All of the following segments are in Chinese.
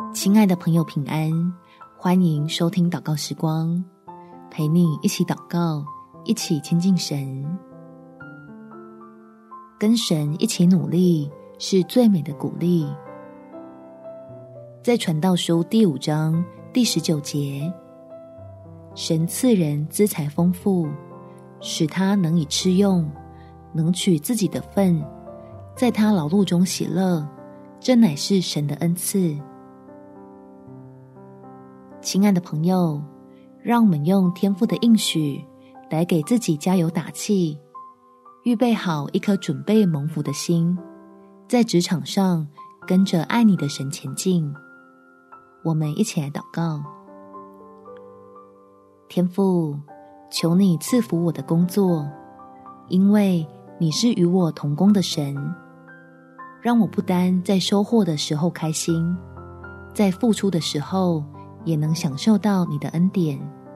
亲爱的朋友平安，欢迎收听祷告时光，陪你一起祷告，一起亲近神。跟神一起努力是最美的鼓励。在传道书第5章第19节，神赐人资财丰富，使他能以吃用，能取自己的份，在他劳碌中喜乐，这乃是神的恩赐。亲爱的朋友，让我们用天父的应许来给自己加油打气，预备好一颗准备蒙福的心，在职场上跟着爱你的神前进。我们一起来祷告。天父，求你赐福我的工作，因为你是与我同工的神，让我不单在收获的时候开心，在付出的时候也能享受到你的恩典，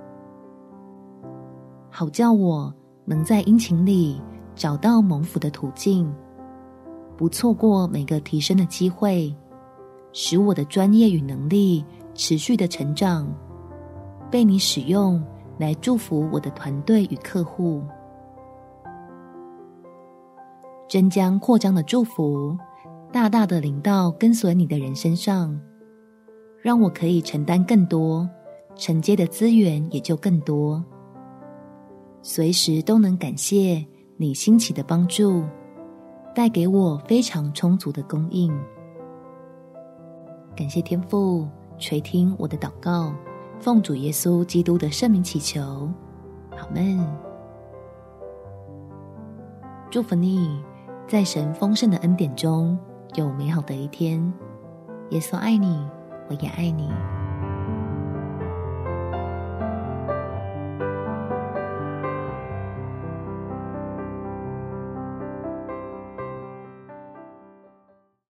好叫我能在殷勤里找到蒙福的途径，不错过每个提升的机会，使我的专业与能力持续的成长，被你使用来祝福我的团队与客户。真将扩张的祝福大大的临到跟随你的人身上，让我可以承担更多，承接的资源也就更多，随时都能感谢你兴起的帮助，带给我非常充足的供应。感谢天父垂听我的祷告，奉主耶稣基督的圣名祈求，阿们。祝福你在神丰盛的恩典中有美好的一天。耶稣爱你，我也爱你。